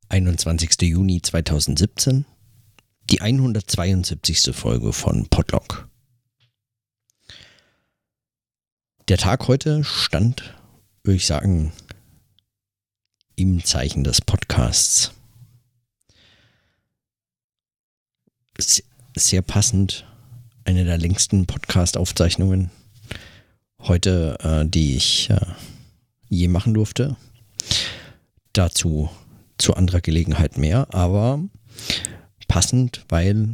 21. Juni 2017, die 172. Folge von Podlog. Der Tag heute stand, würde ich sagen, im Zeichen des Podcasts. Sehr passend, eine der längsten Podcast-Aufzeichnungen heute, die ich je machen durfte. Dazu zu anderer Gelegenheit mehr, aber passend, weil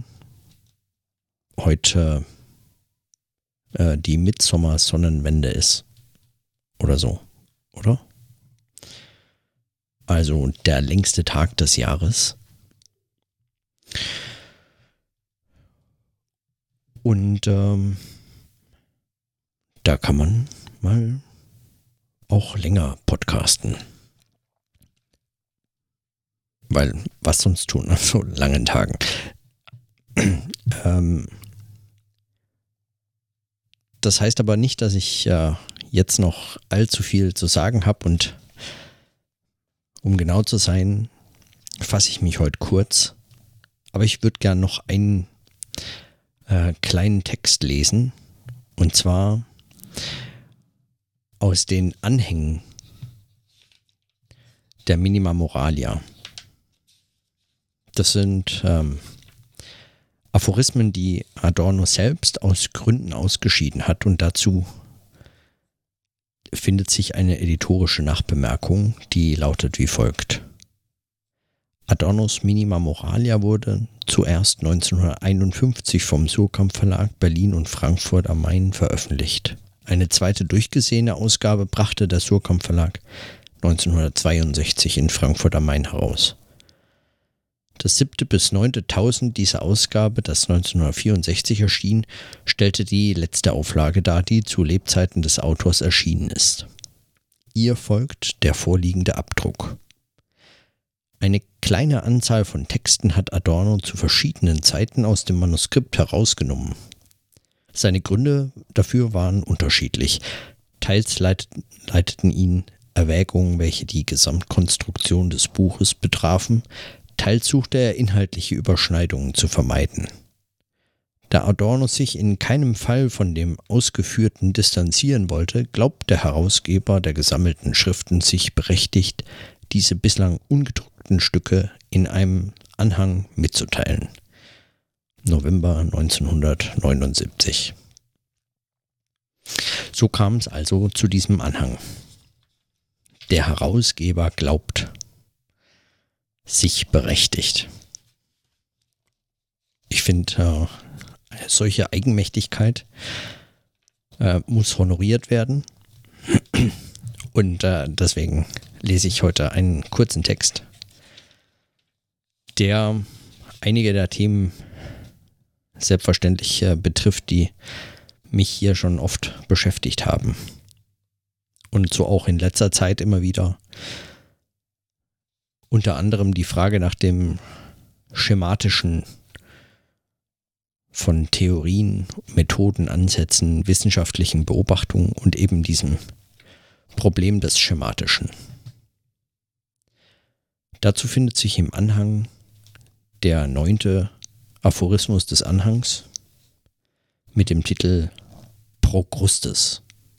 heute die Mittsommersonnenwende ist. Oder so, oder? Also der längste Tag des Jahres. Und da kann man mal auch länger podcasten. Weil, was sonst tun an so langen Tagen? Das heißt aber nicht, dass ich jetzt noch allzu viel zu sagen habe, und um genau zu sein, fasse ich mich heute kurz. Aber ich würde gern noch einen kleinen Text lesen, und zwar aus den Anhängen der Minima Moralia. Das sind Aphorismen, die Adorno selbst aus Gründen ausgeschieden hat, und dazu findet sich eine editorische Nachbemerkung, die lautet wie folgt. Adornos Minima Moralia wurde zuerst 1951 vom Suhrkamp Verlag Berlin und Frankfurt am Main veröffentlicht. Eine zweite durchgesehene Ausgabe brachte der Suhrkamp Verlag 1962 in Frankfurt am Main heraus. Das 7. bis 9. Tausend dieser Ausgabe, das 1964 erschien, stellte die letzte Auflage dar, die zu Lebzeiten des Autors erschienen ist. Ihr folgt der vorliegende Abdruck. Eine kleine Anzahl von Texten hat Adorno zu verschiedenen Zeiten aus dem Manuskript herausgenommen. Seine Gründe dafür waren unterschiedlich. Teils leiteten ihn Erwägungen, welche die Gesamtkonstruktion des Buches betrafen, teils suchte er inhaltliche Überschneidungen zu vermeiden. Da Adorno sich in keinem Fall von dem Ausgeführten distanzieren wollte, glaubt der Herausgeber der gesammelten Schriften sich berechtigt, diese bislang ungedruckten Stücke in einem Anhang mitzuteilen. November 1979. So kam es also zu diesem Anhang. Der Herausgeber glaubt sich berechtigt. Ich finde, eine solche Eigenmächtigkeit muss honoriert werden. Und deswegen lese ich heute einen kurzen Text, der einige der Themen selbstverständlich betrifft, die mich hier schon oft beschäftigt haben. Und so auch in letzter Zeit immer wieder. Unter anderem die Frage nach dem Schematischen von Theorien, Methoden, Ansätzen, wissenschaftlichen Beobachtungen und eben diesem Problem des Schematischen. Dazu findet sich im Anhang der 9. Aphorismus des Anhangs mit dem Titel Prokrustes.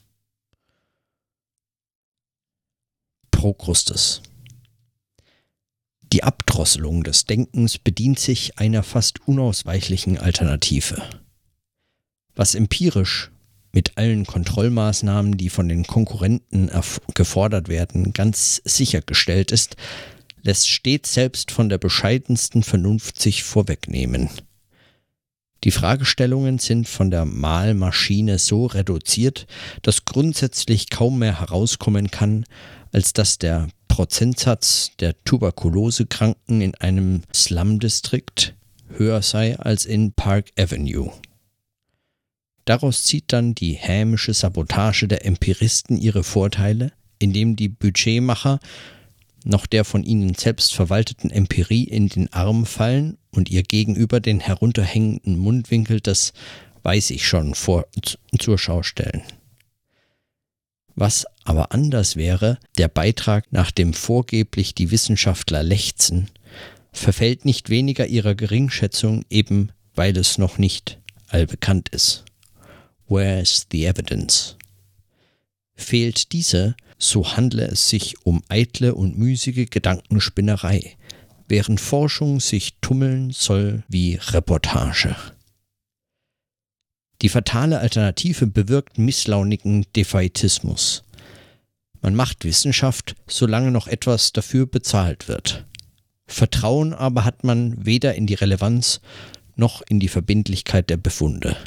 Prokrustes. Die Abdrosselung des Denkens bedient sich einer fast unausweichlichen Alternative. Was empirisch mit allen Kontrollmaßnahmen, die von den Konkurrenten gefordert werden, ganz sichergestellt ist, lässt stets selbst von der bescheidensten Vernunft sich vorwegnehmen. Die Fragestellungen sind von der Mahlmaschine so reduziert, dass grundsätzlich kaum mehr herauskommen kann, als dass der Prozentsatz der Tuberkulosekranken in einem Slum-Distrikt höher sei als in Park Avenue. Daraus zieht dann die hämische Sabotage der Empiristen ihre Vorteile, indem die Budgetmacher noch der von ihnen selbst verwalteten Empirie in den Arm fallen und ihr gegenüber den herunterhängenden Mundwinkel des „Weiß ich schon“ zur Schau stellen. Was aber anders wäre, der Beitrag, nach dem vorgeblich die Wissenschaftler lechzen, verfällt nicht weniger ihrer Geringschätzung, eben weil es noch nicht allbekannt ist. Where's the evidence? Fehlt diese, so handle es sich um eitle und müßige Gedankenspinnerei, während Forschung sich tummeln soll wie Reportage. Die fatale Alternative bewirkt misslaunigen Defaitismus. Man macht Wissenschaft, solange noch etwas dafür bezahlt wird. Vertrauen aber hat man weder in die Relevanz noch in die Verbindlichkeit der Befunde.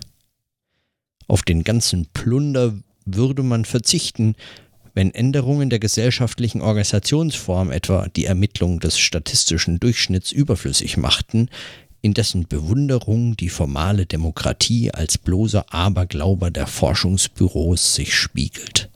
Auf den ganzen Plunder würde man verzichten, wenn Änderungen der gesellschaftlichen Organisationsform etwa die Ermittlung des statistischen Durchschnitts überflüssig machten, in dessen Bewunderung die formale Demokratie als bloßer Aberglaube der Forschungsbüros sich spiegelt.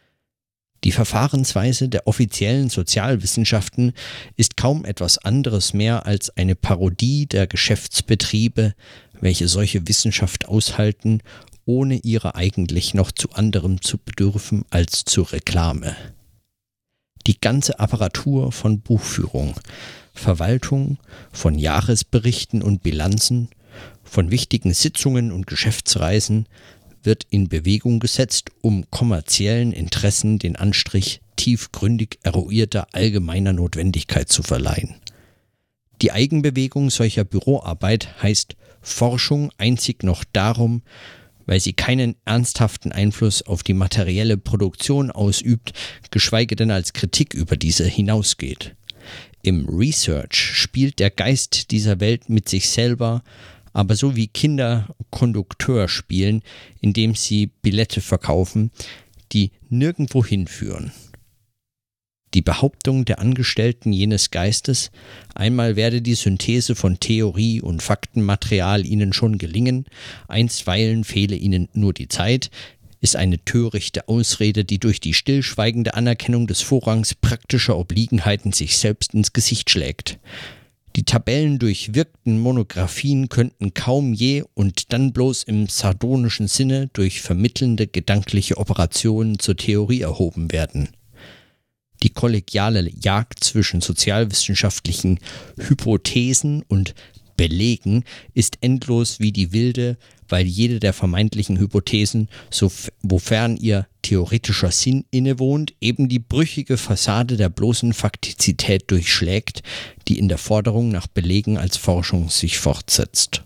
Die Verfahrensweise der offiziellen Sozialwissenschaften ist kaum etwas anderes mehr als eine Parodie der Geschäftsbetriebe, welche solche Wissenschaft aushalten, ohne ihrer eigentlich noch zu anderem zu bedürfen als zur Reklame. Die ganze Apparatur von Buchführung, Verwaltung, von Jahresberichten und Bilanzen, von wichtigen Sitzungen und Geschäftsreisen wird in Bewegung gesetzt, um kommerziellen Interessen den Anstrich tiefgründig eruierter allgemeiner Notwendigkeit zu verleihen. Die Eigenbewegung solcher Büroarbeit heißt Forschung einzig noch darum, weil sie keinen ernsthaften Einfluss auf die materielle Produktion ausübt, geschweige denn als Kritik über diese hinausgeht. Im Research spielt der Geist dieser Welt mit sich selber, aber so wie Kinder Kondukteur spielen, indem sie Billette verkaufen, die nirgendwo hinführen. Die Behauptung der Angestellten jenes Geistes, einmal werde die Synthese von Theorie und Faktenmaterial ihnen schon gelingen, einstweilen fehle ihnen nur die Zeit, ist eine törichte Ausrede, die durch die stillschweigende Anerkennung des Vorrangs praktischer Obliegenheiten sich selbst ins Gesicht schlägt. Die tabellendurchwirkten Monographien könnten kaum je und dann bloß im sardonischen Sinne durch vermittelnde gedankliche Operationen zur Theorie erhoben werden. Die kollegiale Jagd zwischen sozialwissenschaftlichen Hypothesen und Belegen ist endlos wie die wilde, weil jede der vermeintlichen Hypothesen, wofern ihr theoretischer Sinn innewohnt, eben die brüchige Fassade der bloßen Faktizität durchschlägt, die in der Forderung nach Belegen als Forschung sich fortsetzt.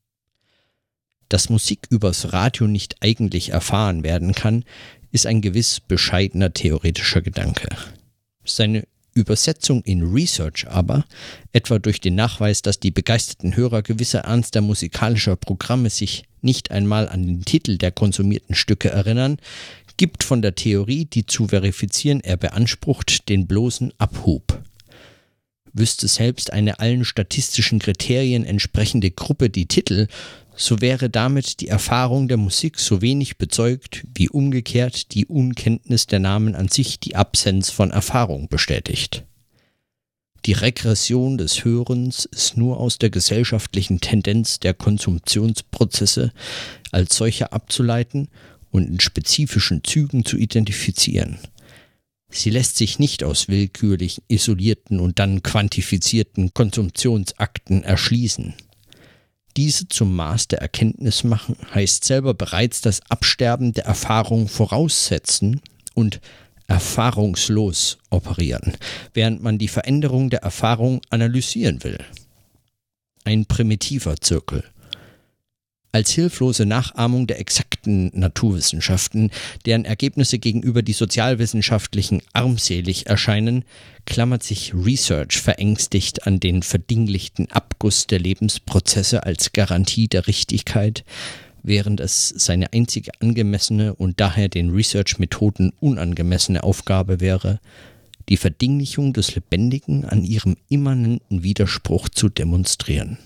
Dass Musik übers Radio nicht eigentlich erfahren werden kann, ist ein gewiss bescheidener theoretischer Gedanke. Seine Übersetzung in Research aber, etwa durch den Nachweis, dass die begeisterten Hörer gewisser ernster musikalischer Programme sich nicht einmal an den Titel der konsumierten Stücke erinnern, gibt von der Theorie, die zu verifizieren er beansprucht, den bloßen Abhub. Wüsste selbst eine allen statistischen Kriterien entsprechende Gruppe die Titel, so wäre damit die Erfahrung der Musik so wenig bezeugt, wie umgekehrt die Unkenntnis der Namen an sich die Absenz von Erfahrung bestätigt. Die Regression des Hörens ist nur aus der gesellschaftlichen Tendenz der Konsumptionsprozesse als solche abzuleiten und in spezifischen Zügen zu identifizieren. Sie lässt sich nicht aus willkürlich isolierten und dann quantifizierten Konsumptionsakten erschließen. Diese zum Maß der Erkenntnis machen, heißt selber bereits das Absterben der Erfahrung voraussetzen und erfahrungslos operieren, während man die Veränderung der Erfahrung analysieren will. Ein primitiver Zirkel. Als hilflose Nachahmung der exakten Naturwissenschaften, deren Ergebnisse gegenüber die sozialwissenschaftlichen armselig erscheinen, klammert sich Research verängstigt an den verdinglichten Abguss der Lebensprozesse als Garantie der Richtigkeit, während es seine einzige angemessene und daher den Research-Methoden unangemessene Aufgabe wäre, die Verdinglichung des Lebendigen an ihrem immanenten Widerspruch zu demonstrieren.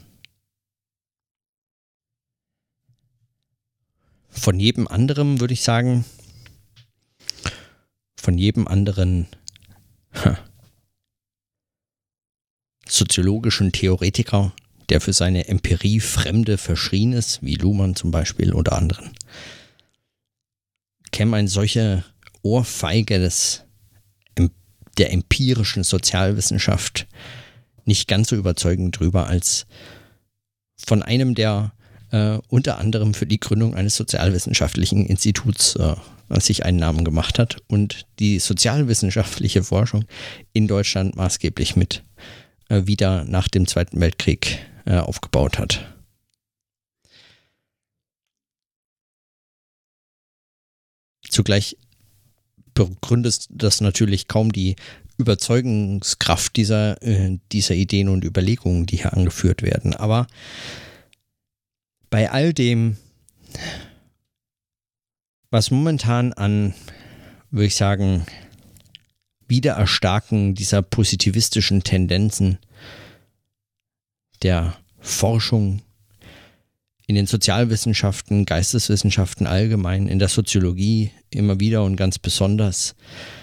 Von jedem anderen würde ich sagen, von jedem anderen soziologischen Theoretiker, der für seine Empirie Fremde verschrien ist, wie Luhmann zum Beispiel oder anderen, käme eine solche Ohrfeige der empirischen Sozialwissenschaft nicht ganz so überzeugend drüber als von einem, der unter anderem für die Gründung eines sozialwissenschaftlichen Instituts sich einen Namen gemacht hat und die sozialwissenschaftliche Forschung in Deutschland maßgeblich mit wieder nach dem Zweiten Weltkrieg aufgebaut hat. Zugleich begründet das natürlich kaum die Überzeugungskraft dieser Ideen und Überlegungen, die hier angeführt werden. Aber bei all dem, was momentan an, würde ich sagen, Wiedererstarken dieser positivistischen Tendenzen der Forschung in den Sozialwissenschaften, Geisteswissenschaften allgemein, in der Soziologie immer wieder und ganz besonders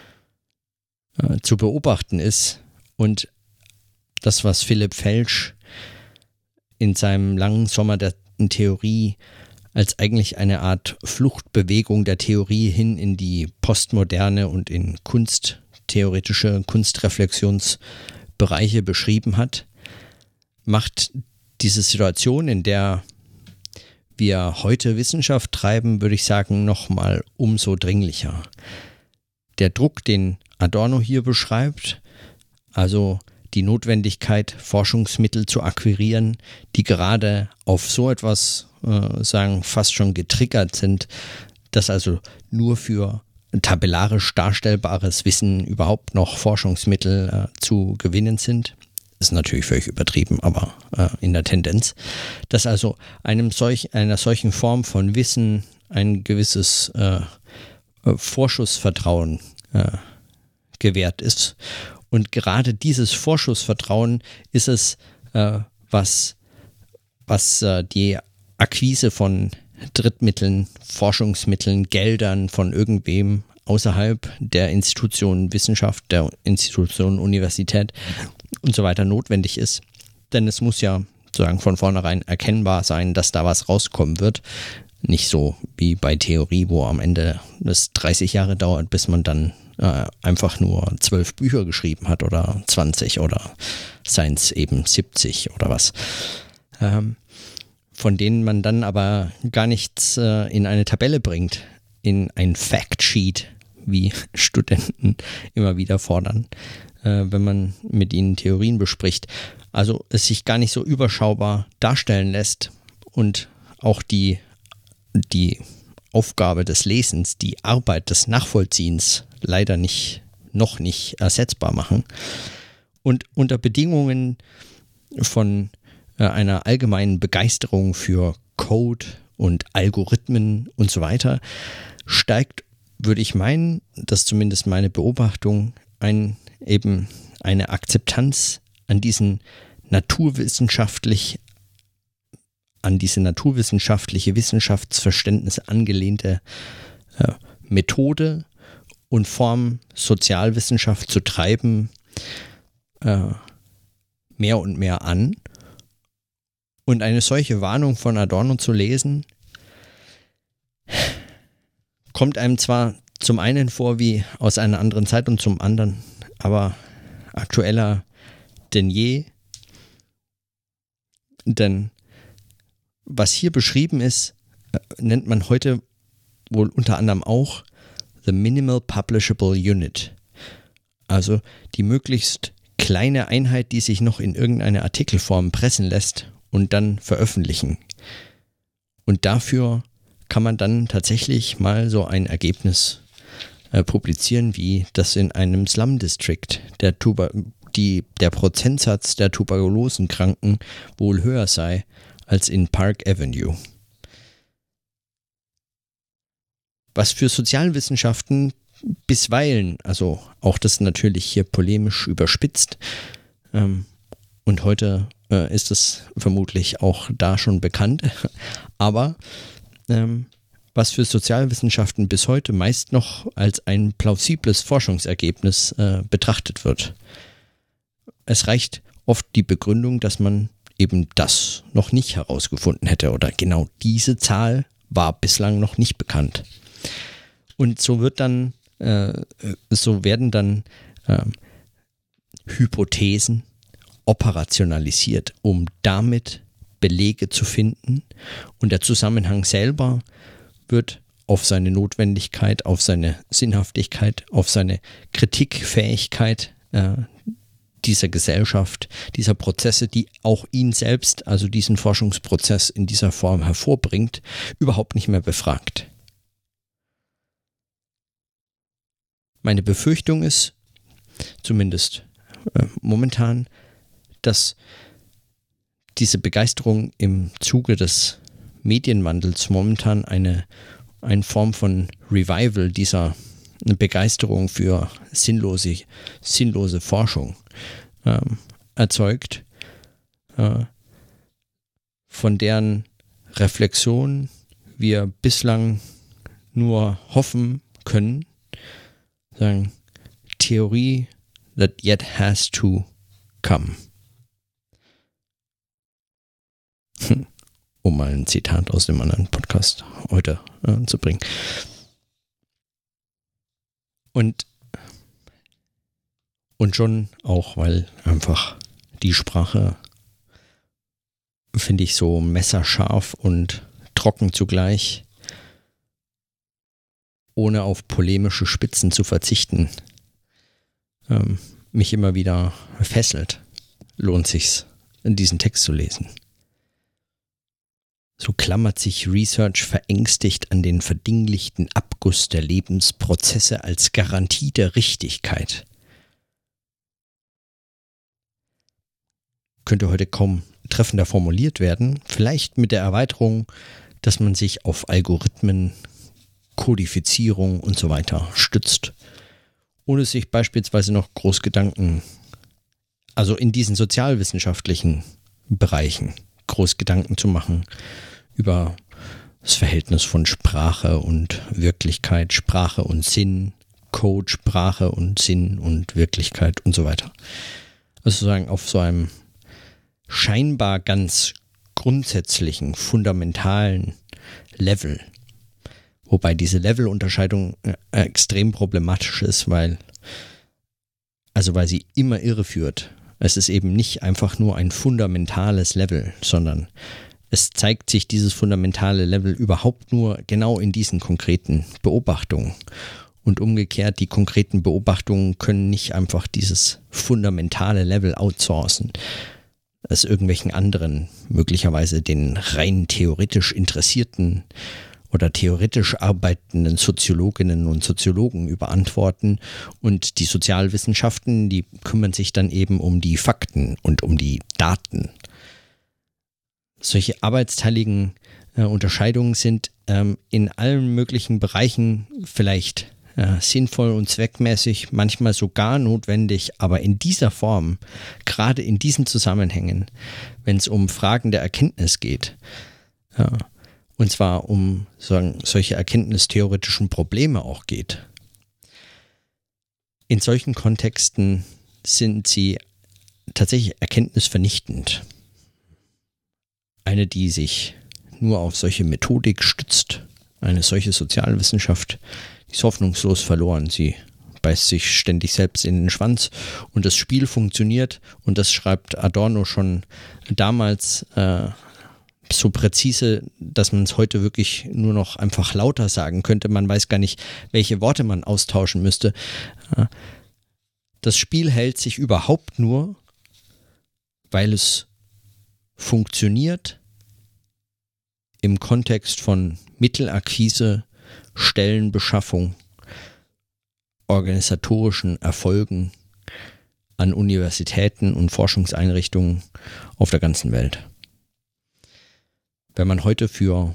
zu beobachten ist und das, was Philipp Felsch in seinem langen Sommer der Theorie als eigentlich eine Art Fluchtbewegung der Theorie hin in die Postmoderne und in kunsttheoretische Kunstreflexionsbereiche beschrieben hat, macht diese Situation, in der wir heute Wissenschaft treiben, würde ich sagen, nochmal umso dringlicher. Der Druck, den Adorno hier beschreibt, also die Notwendigkeit, Forschungsmittel zu akquirieren, die gerade auf so etwas, fast schon getriggert sind, dass also nur für tabellarisch darstellbares Wissen überhaupt noch Forschungsmittel zu gewinnen sind. Ist natürlich völlig übertrieben, aber in der Tendenz, dass also einer solchen Form von Wissen ein gewisses Vorschussvertrauen gewährt ist. Und gerade dieses Vorschussvertrauen ist es, was die Akquise von Drittmitteln, Forschungsmitteln, Geldern von irgendwem außerhalb der Institution Wissenschaft, der Institution Universität und so weiter notwendig ist. Denn es muss ja sozusagen von vornherein erkennbar sein, dass da was rauskommen wird. Nicht so wie bei Theorie, wo am Ende es 30 Jahre dauert, bis man dann einfach nur 12 Bücher geschrieben hat oder 20 oder seien es eben 70 oder was. Von denen man dann aber gar nichts in eine Tabelle bringt, in ein Factsheet, wie Studenten immer wieder fordern, wenn man mit ihnen Theorien bespricht. Also es sich gar nicht so überschaubar darstellen lässt und auch die Aufgabe des Lesens, die Arbeit des Nachvollziehens leider noch nicht ersetzbar machen. Und unter Bedingungen von einer allgemeinen Begeisterung für Code und Algorithmen und so weiter steigt, würde ich meinen, das ist zumindest meine Beobachtung, eben eine Akzeptanz an diese naturwissenschaftliche Wissenschaftsverständnis angelehnte Methode und Form, Sozialwissenschaft zu treiben, mehr und mehr an. Und eine solche Warnung von Adorno zu lesen, kommt einem zwar zum einen vor wie aus einer anderen Zeit und zum anderen aber aktueller denn je. Denn was hier beschrieben ist, nennt man heute wohl unter anderem auch the Minimal Publishable Unit. Also die möglichst kleine Einheit, die sich noch in irgendeine Artikelform pressen lässt und dann veröffentlichen. Und dafür kann man dann tatsächlich mal so ein Ergebnis publizieren, wie das in einem Slum District der Prozentsatz der Tuberkulosenkranken wohl höher sei als in Park Avenue. Was für Sozialwissenschaften bisweilen, also auch das natürlich hier polemisch überspitzt, und heute ist es vermutlich auch da schon bekannt, aber was für Sozialwissenschaften bis heute meist noch als ein plausibles Forschungsergebnis betrachtet wird. Es reicht oft die Begründung, dass man eben das noch nicht herausgefunden hätte oder genau diese Zahl war bislang noch nicht bekannt. Und so wird dann so werden dann Hypothesen operationalisiert, um damit Belege zu finden, und der Zusammenhang selber wird auf seine Notwendigkeit, auf seine Sinnhaftigkeit, auf seine Kritikfähigkeit dieser Gesellschaft, dieser Prozesse, die auch ihn selbst, also diesen Forschungsprozess in dieser Form hervorbringt, überhaupt nicht mehr befragt. Meine Befürchtung ist, zumindest momentan, dass diese Begeisterung im Zuge des Medienwandels momentan eine Form von Revival dieser Begeisterung für sinnlose Forschung erzeugt, von deren Reflexion wir bislang nur hoffen können, sagen, Theorie that yet has to come. Um mal ein Zitat aus dem anderen Podcast heute zu bringen. Und schon auch, weil einfach die Sprache, finde ich, so messerscharf und trocken zugleich, ohne auf polemische Spitzen zu verzichten, mich immer wieder fesselt, lohnt sich's, diesen Text zu lesen. So klammert sich Research verängstigt an den verdinglichten Abguss der Lebensprozesse als Garantie der Richtigkeit. Könnte heute kaum treffender formuliert werden, vielleicht mit der Erweiterung, dass man sich auf Algorithmen, Kodifizierung und so weiter stützt, ohne sich beispielsweise noch groß Gedanken, also in diesen sozialwissenschaftlichen Bereichen, groß Gedanken zu machen über das Verhältnis von Sprache und Wirklichkeit, Sprache und Sinn, Code, Sprache und Sinn und Wirklichkeit und so weiter. Also sozusagen auf so einem scheinbar ganz grundsätzlichen, fundamentalen Level. Wobei diese Levelunterscheidung extrem problematisch ist, weil sie immer irreführt. Es ist eben nicht einfach nur ein fundamentales Level, sondern es zeigt sich dieses fundamentale Level überhaupt nur genau in diesen konkreten Beobachtungen. Und umgekehrt, die konkreten Beobachtungen können nicht einfach dieses fundamentale Level outsourcen, es irgendwelchen anderen, möglicherweise den rein theoretisch Interessierten oder theoretisch arbeitenden Soziologinnen und Soziologen überantworten, und die Sozialwissenschaften, die kümmern sich dann eben um die Fakten und um die Daten. Solche arbeitsteiligen Unterscheidungen sind in allen möglichen Bereichen vielleicht sinnvoll und zweckmäßig, manchmal sogar notwendig, aber in dieser Form, gerade in diesen Zusammenhängen, wenn es um Fragen der Erkenntnis geht, und zwar um solche erkenntnistheoretischen Probleme auch geht. In solchen Kontexten sind sie tatsächlich erkenntnisvernichtend. Eine, die sich nur auf solche Methodik stützt, eine solche Sozialwissenschaft, die ist hoffnungslos verloren. Sie beißt sich ständig selbst in den Schwanz und das Spiel funktioniert, und das schreibt Adorno schon damals so präzise, dass man es heute wirklich nur noch einfach lauter sagen könnte. Man weiß gar nicht, welche Worte man austauschen müsste. Das Spiel hält sich überhaupt nur, weil es funktioniert im Kontext von Mittelakquise, Stellenbeschaffung, organisatorischen Erfolgen an Universitäten und Forschungseinrichtungen auf der ganzen Welt. Wenn man heute für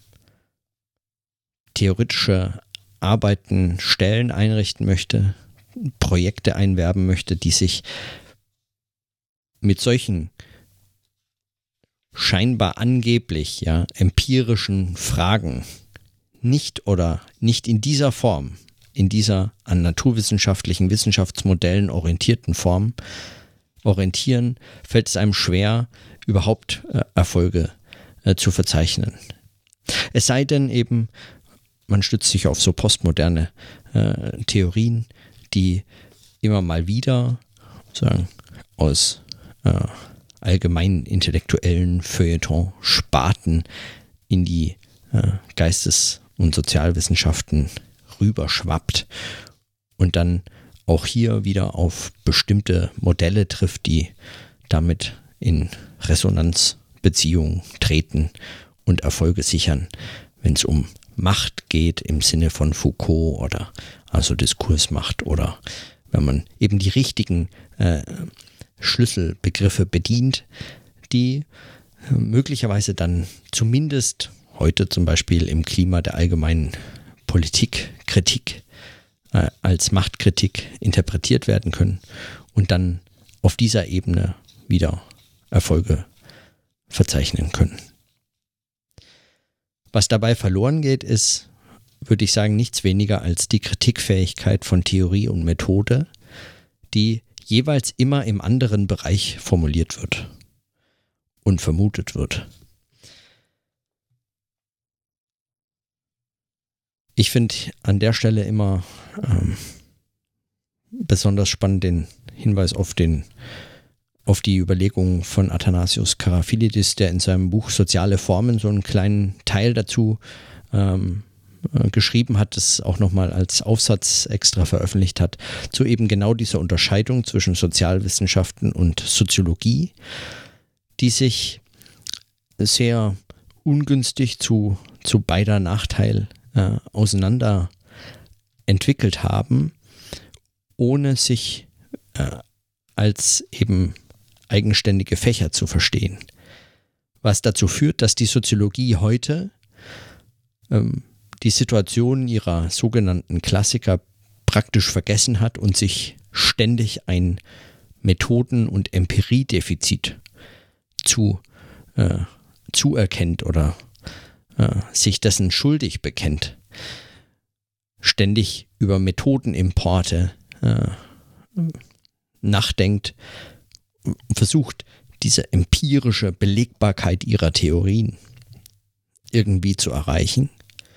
theoretische Arbeiten Stellen einrichten möchte, Projekte einwerben möchte, die sich mit solchen scheinbar angeblich empirischen Fragen nicht in dieser Form, in dieser an naturwissenschaftlichen Wissenschaftsmodellen orientierten Form orientieren, fällt es einem schwer, überhaupt Erfolge zu verzeichnen. Es sei denn eben, man stützt sich auf so postmoderne Theorien, die immer mal wieder sagen, aus allgemeinen intellektuellen Feuilleton-Sparten in die Geistes- und Sozialwissenschaften rüberschwappt und dann auch hier wieder auf bestimmte Modelle trifft, die damit in Resonanzbeziehungen treten und Erfolge sichern, wenn es um Macht geht im Sinne von Foucault oder also Diskursmacht oder wenn man eben die richtigen Schlüsselbegriffe bedient, die möglicherweise dann zumindest heute zum Beispiel im Klima der allgemeinen Politikkritik als Machtkritik interpretiert werden können und dann auf dieser Ebene wieder Erfolge verzeichnen können. Was dabei verloren geht, ist, würde ich sagen, nichts weniger als die Kritikfähigkeit von Theorie und Methode, die jeweils immer im anderen Bereich formuliert wird und vermutet wird. Ich finde an der Stelle immer besonders spannend den Hinweis auf die Überlegungen von Athanasios Karaphilidis, der in seinem Buch Soziale Formen so einen kleinen Teil dazu geschrieben hat, das auch nochmal als Aufsatz extra veröffentlicht hat, zu eben genau dieser Unterscheidung zwischen Sozialwissenschaften und Soziologie, die sich sehr ungünstig zu beider Nachteil auseinander entwickelt haben, ohne sich als eben eigenständige Fächer zu verstehen. Was dazu führt, dass die Soziologie heute die Situation ihrer sogenannten Klassiker praktisch vergessen hat und sich ständig ein Methoden- und Empiriedefizit zuerkennt oder sich dessen schuldig bekennt. Ständig über Methodenimporte nachdenkt und versucht, diese empirische Belegbarkeit ihrer Theorien irgendwie zu erreichen.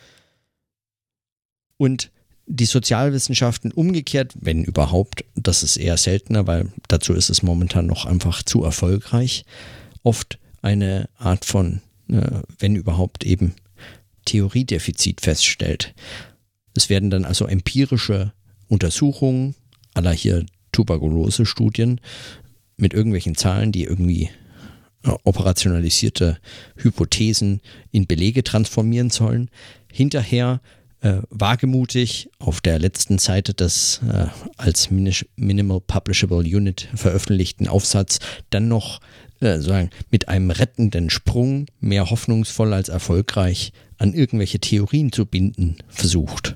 Und die Sozialwissenschaften umgekehrt, wenn überhaupt, das ist eher seltener, weil dazu ist es momentan noch einfach zu erfolgreich, oft eine Art von, wenn überhaupt eben, Theoriedefizit feststellt. Es werden dann also empirische Untersuchungen, à la hier Tuberkulose-Studien, mit irgendwelchen Zahlen, die irgendwie operationalisierte Hypothesen in Belege transformieren sollen, hinterher wagemutig auf der letzten Seite des als Minimal Publishable Unit veröffentlichten Aufsatz dann noch sagen, mit einem rettenden Sprung, mehr hoffnungsvoll als erfolgreich, an irgendwelche Theorien zu binden versucht.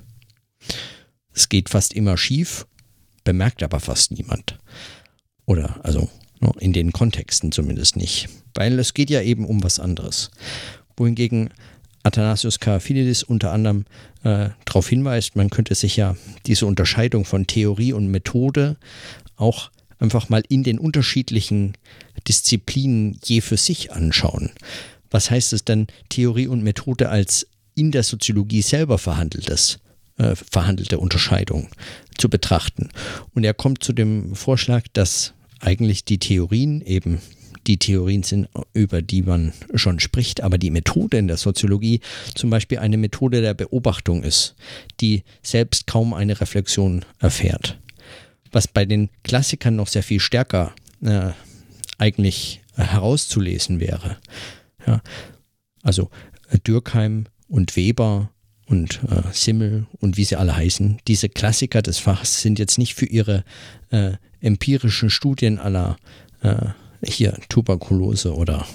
Es geht fast immer schief, bemerkt aber fast niemand. Oder also in den Kontexten zumindest nicht. Weil es geht ja eben um was anderes. Wohingegen Athanasios Karaphilidis unter anderem darauf hinweist, man könnte sich ja diese Unterscheidung von Theorie und Methode auch einfach mal in den unterschiedlichen Disziplinen je für sich anschauen. Was heißt es denn, Theorie und Methode als in der Soziologie selber verhandelte Unterscheidung zu betrachten? Und er kommt zu dem Vorschlag, dass eigentlich die Theorien eben die Theorien sind, über die man schon spricht, aber die Methode in der Soziologie zum Beispiel eine Methode der Beobachtung ist, die selbst kaum eine Reflexion erfährt. Was bei den Klassikern noch sehr viel stärker eigentlich herauszulesen wäre. Ja, also Durkheim und Weber und Simmel und wie sie alle heißen, diese Klassiker des Fachs sind jetzt nicht für ihre empirischen Studien aller hier Tuberkulose oder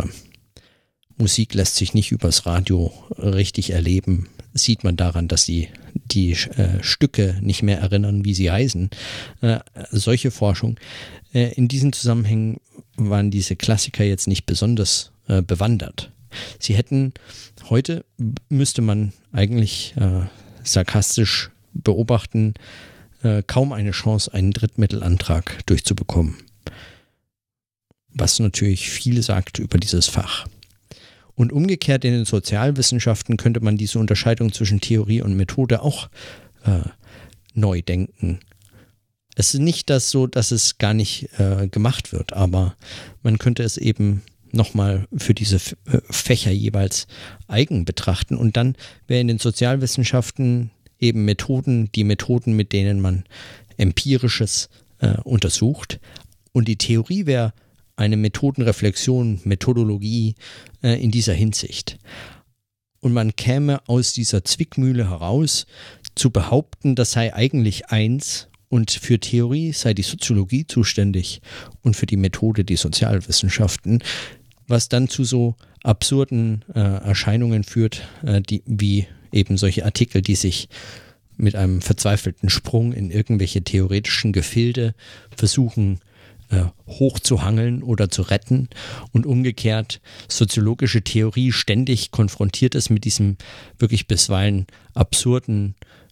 Musik lässt sich nicht übers Radio richtig erleben, sieht man daran, dass sie die Stücke nicht mehr erinnern, wie sie heißen. Solche Forschung. In diesen Zusammenhängen waren diese Klassiker jetzt nicht besonders bewandert. Sie hätten, heute müsste man eigentlich sarkastisch beobachten, kaum eine Chance, einen Drittmittelantrag durchzubekommen. Was natürlich viel sagt über dieses Fach. Und umgekehrt in den Sozialwissenschaften könnte man diese Unterscheidung zwischen Theorie und Methode auch neu denken. Es ist nicht so, dass es gar nicht gemacht wird, aber man könnte es eben nochmal für diese Fächer jeweils eigen betrachten. Und dann wäre in den Sozialwissenschaften eben die Methoden, mit denen man Empirisches untersucht. Und die Theorie wäre eine Methodenreflexion, Methodologie in dieser Hinsicht. Und man käme aus dieser Zwickmühle heraus, zu behaupten, das sei eigentlich eins und für Theorie sei die Soziologie zuständig und für die Methode die Sozialwissenschaften, was dann zu so absurden Erscheinungen führt, wie eben solche Artikel, die sich mit einem verzweifelten Sprung in irgendwelche theoretischen Gefilde versuchen hochzuhangeln oder zu retten und umgekehrt soziologische Theorie ständig konfrontiert ist mit diesem wirklich bisweilen absurden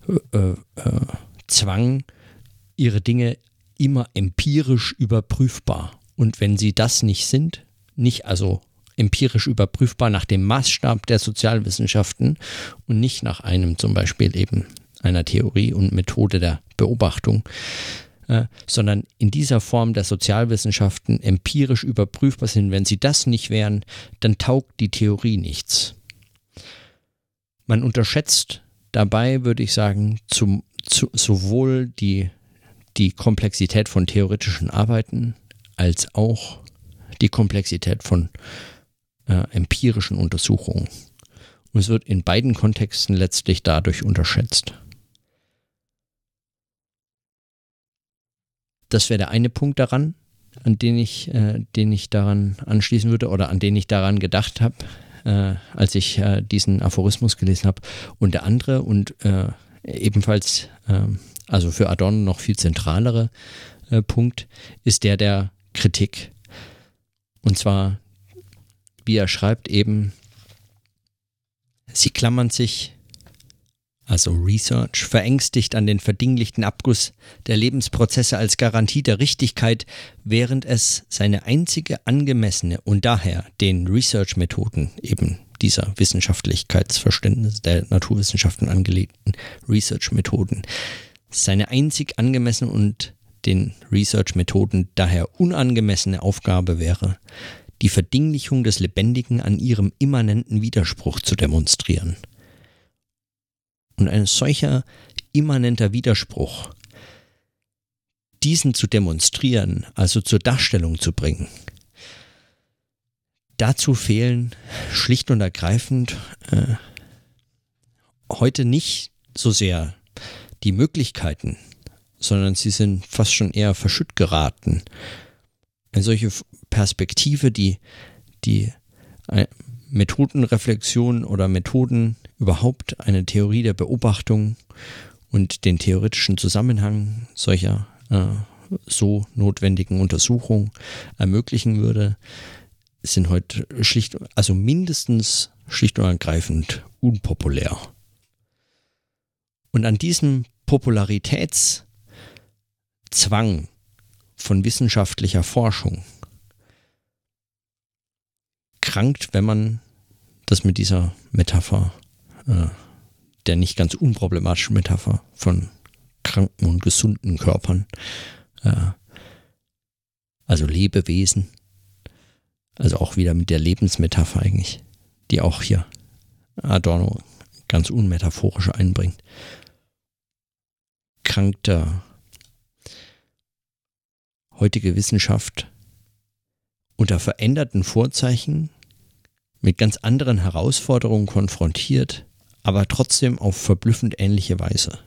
Zwang, ihre Dinge immer empirisch überprüfbar. Und wenn sie das nicht sind, nicht also empirisch überprüfbar nach dem Maßstab der Sozialwissenschaften und nicht nach einem zum Beispiel eben einer Theorie und Methode der Beobachtung, sondern in dieser Form der Sozialwissenschaften empirisch überprüfbar sind. Wenn sie das nicht wären, dann taugt die Theorie nichts. Man unterschätzt dabei, würde ich sagen, sowohl die Komplexität von theoretischen Arbeiten als auch die Komplexität von empirischen Untersuchungen. Und es wird in beiden Kontexten letztlich dadurch unterschätzt. Das wäre der eine Punkt daran, an den ich daran anschließen würde oder an den ich daran gedacht habe, als ich diesen Aphorismus gelesen habe. Und der andere und ebenfalls, also für Adorno noch viel zentralere Punkt, ist der Kritik. Und zwar, wie er schreibt, eben, sie klammern sich, also Research, verängstigt an den verdinglichten Abguss der Lebensprozesse als Garantie der Richtigkeit, während es seine einzige angemessene und daher den Research-Methoden, eben dieser Wissenschaftlichkeitsverständnis der Naturwissenschaften angelegten Research-Methoden, seine einzig angemessene und den Research-Methoden daher unangemessene Aufgabe wäre, die Verdinglichung des Lebendigen an ihrem immanenten Widerspruch zu demonstrieren. Und ein solcher immanenter Widerspruch, diesen zu demonstrieren, also zur Darstellung zu bringen, dazu fehlen schlicht und ergreifend heute nicht so sehr die Möglichkeiten, sondern sie sind fast schon eher verschütt geraten. Eine solche Perspektive, die Methodenreflexion oder Methoden überhaupt eine Theorie der Beobachtung und den theoretischen Zusammenhang solcher so notwendigen Untersuchungen ermöglichen würde, sind heute mindestens schlicht und ergreifend unpopulär. Und an diesem Popularitätszwang von wissenschaftlicher Forschung krankt, wenn man das mit dieser Metapher, der nicht ganz unproblematischen Metapher von kranken und gesunden Körpern, also Lebewesen, also auch wieder mit der Lebensmetapher eigentlich, die auch hier Adorno ganz unmetaphorisch einbringt, krankt der heutige Wissenschaft unter veränderten Vorzeichen mit ganz anderen Herausforderungen konfrontiert, aber trotzdem auf verblüffend ähnliche Weise.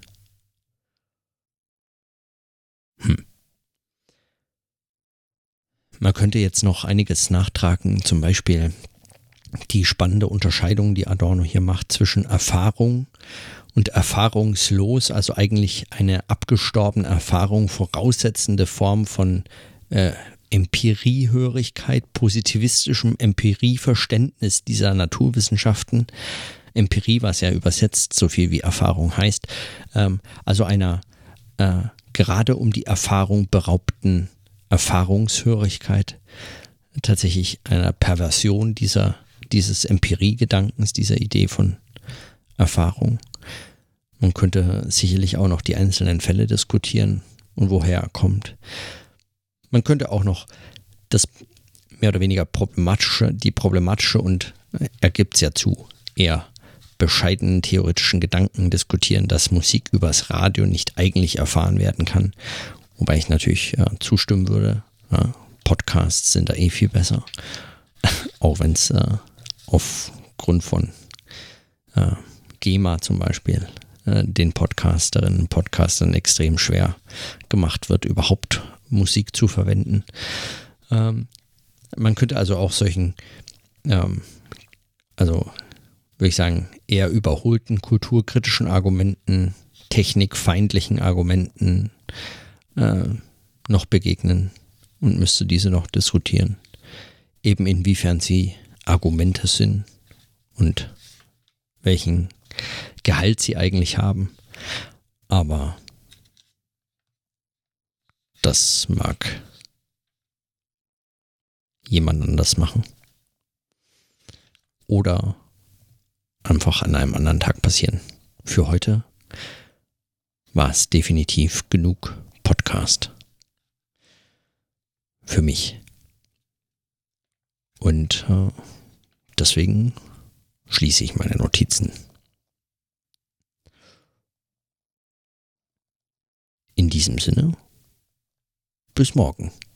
Man könnte jetzt noch einiges nachtragen, zum Beispiel die spannende Unterscheidung, die Adorno hier macht zwischen Erfahrung und erfahrungslos, also eigentlich eine abgestorbene Erfahrung voraussetzende Form von Empiriehörigkeit, positivistischem Empirieverständnis dieser Naturwissenschaften. Empirie, was ja übersetzt so viel wie Erfahrung heißt, also einer gerade um die Erfahrung beraubten Erfahrungshörigkeit, tatsächlich einer Perversion dieser dieses Empirie-Gedankens, dieser Idee von Erfahrung. Man könnte sicherlich auch noch die einzelnen Fälle diskutieren und woher er kommt. Man könnte auch noch das mehr oder weniger die problematische und er gibt es ja zu, eher bescheidenen theoretischen Gedanken diskutieren, dass Musik übers Radio nicht eigentlich erfahren werden kann. Wobei ich natürlich zustimmen würde. Podcasts sind da viel besser. Auch wenn es aufgrund von GEMA zum Beispiel den Podcasterinnen und Podcastern extrem schwer gemacht wird, überhaupt Musik zu verwenden. Man könnte also auch solchen, würde ich sagen, eher überholten kulturkritischen Argumenten, technikfeindlichen Argumenten noch begegnen und müsste diese noch diskutieren. Eben inwiefern sie Argumente sind und welchen Gehalt sie eigentlich haben. Aber das mag jemand anders machen. Oder einfach an einem anderen Tag passieren. Für heute war es definitiv genug Podcast. Für mich. Und deswegen schließe ich meine Notizen. In diesem Sinne, bis morgen.